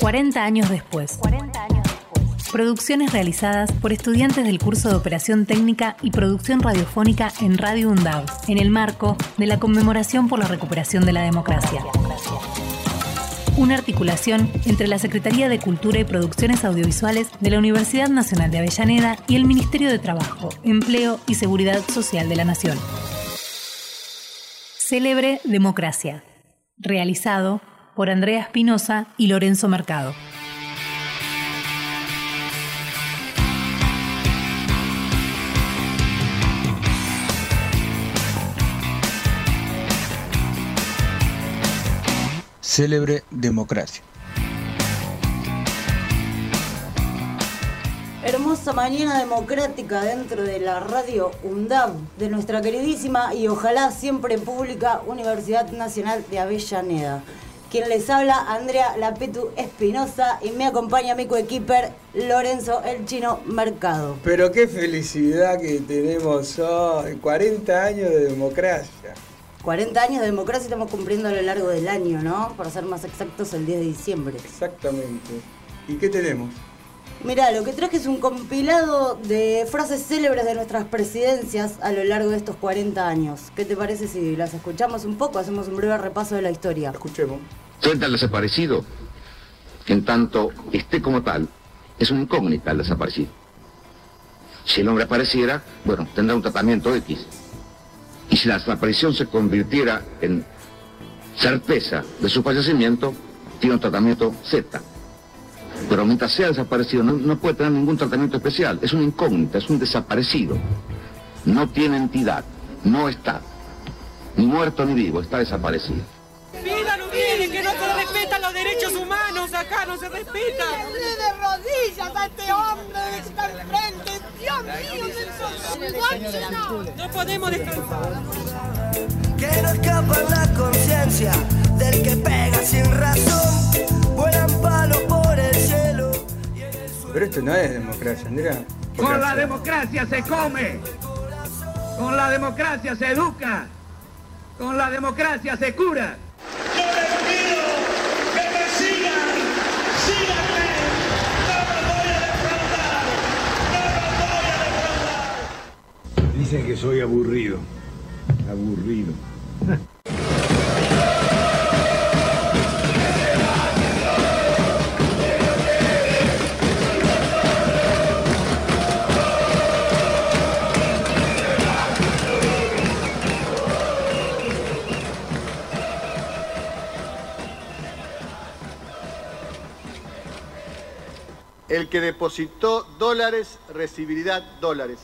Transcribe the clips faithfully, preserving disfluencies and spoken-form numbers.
cuarenta años después. cuarenta años después. Producciones realizadas por estudiantes del curso de Operación Técnica y Producción Radiofónica en Radio UNDAV, en el marco de la conmemoración por la recuperación de la democracia. Una articulación entre la Secretaría de Cultura y Producciones Audiovisuales de la Universidad Nacional de Avellaneda y el Ministerio de Trabajo, Empleo y Seguridad Social de la Nación. Célebre Democracia. Realizado por Andrea Espinosa y Lorenzo Mercado. Célebre Democracia. Hermosa mañana democrática dentro de la radio UNDAV de nuestra queridísima y ojalá siempre pública Universidad Nacional de Avellaneda. Quien les habla, Andrea Lapetu Espinosa, y me acompaña mi coequiper Lorenzo el Chino Mercado. Pero qué felicidad que tenemos hoy, cuarenta años de democracia. cuarenta años de democracia estamos cumpliendo a lo largo del año, ¿no? Para ser más exactos, el diez de diciembre. Exactamente. ¿Y qué tenemos? Mirá, lo que traje es un compilado de frases célebres de nuestras presidencias a lo largo de estos cuarenta años. ¿Qué te parece si las escuchamos un poco? Hacemos un breve repaso de la historia. Escuchemos. Frente al desaparecido, que en tanto esté como tal, es una incógnita el desaparecido. Si el hombre apareciera, bueno, tendrá un tratamiento X. Y si la desaparición se convirtiera en certeza de su fallecimiento, tiene un tratamiento Z. Pero mientras sea desaparecido, no, no puede tener ningún tratamiento especial. Es una incógnita, es un desaparecido. No tiene entidad, no está. Ni muerto ni vivo, está desaparecido. Pídalo, miren, que no se respetan los derechos humanos acá, no se respetan. De rodillas a este hombre que está enfrente. Dios mío, Nelson. No podemos descansar. Que no escapa la conciencia del que pega sin razón. Vuelan palos por el cielo. Pero esto no es democracia, Andrea. Con la democracia se come. Con la democracia se educa. Con la democracia se cura. Yo les pido que me sigan, síganme, no los voy a defraudar, no los voy a defraudar. Dicen que soy aburrido, aburrido. El que depositó dólares recibirá dólares.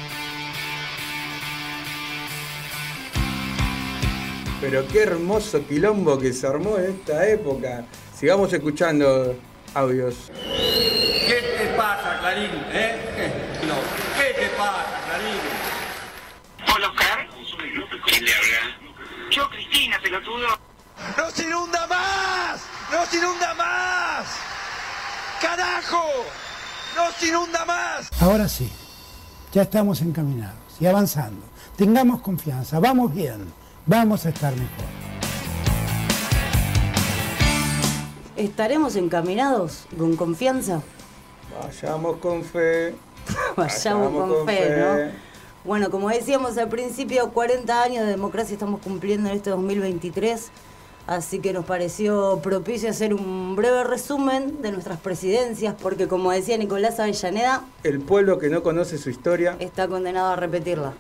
Pero qué hermoso quilombo que se armó en esta época. Sigamos escuchando audios. ¿Qué te pasa, Clarín? ¿Eh? No. ¿Qué te pasa, Clarín? Hola, Oscar. ¿Quién le habla? Yo, Cristina, pelotudo. ¡Nos inunda más! ¡Nos inunda más! ¡Carajo! ¡Nos inunda más! Ahora sí, ya estamos encaminados y avanzando. Tengamos confianza, vamos bien, vamos a estar mejor. ¿Estaremos encaminados con confianza? Vayamos con fe. Vayamos con, con fe, fe, ¿no? Bueno, como decíamos al principio, cuarenta años de democracia estamos cumpliendo en este dos mil veintitrés. Así que nos pareció propicio hacer un breve resumen de nuestras presidencias, porque como decía Nicolás Avellaneda, el pueblo que no conoce su historia está condenado a repetirla.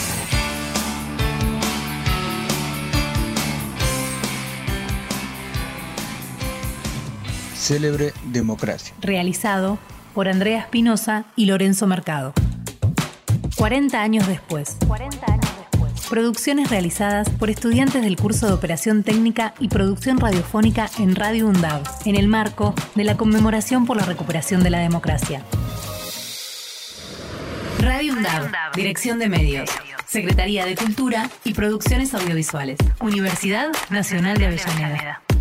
Célebre Democracia. Realizado por Andrea Espinosa y Lorenzo Mercado. cuarenta años después. cuarenta años después. Producciones realizadas por estudiantes del curso de Operación Técnica y Producción Radiofónica en Radio UNDAV, en el marco de la conmemoración por la recuperación de la democracia. Radio UNDAV, Dirección de Medios, Secretaría de Cultura y Producciones Audiovisuales, Universidad Nacional de Avellaneda.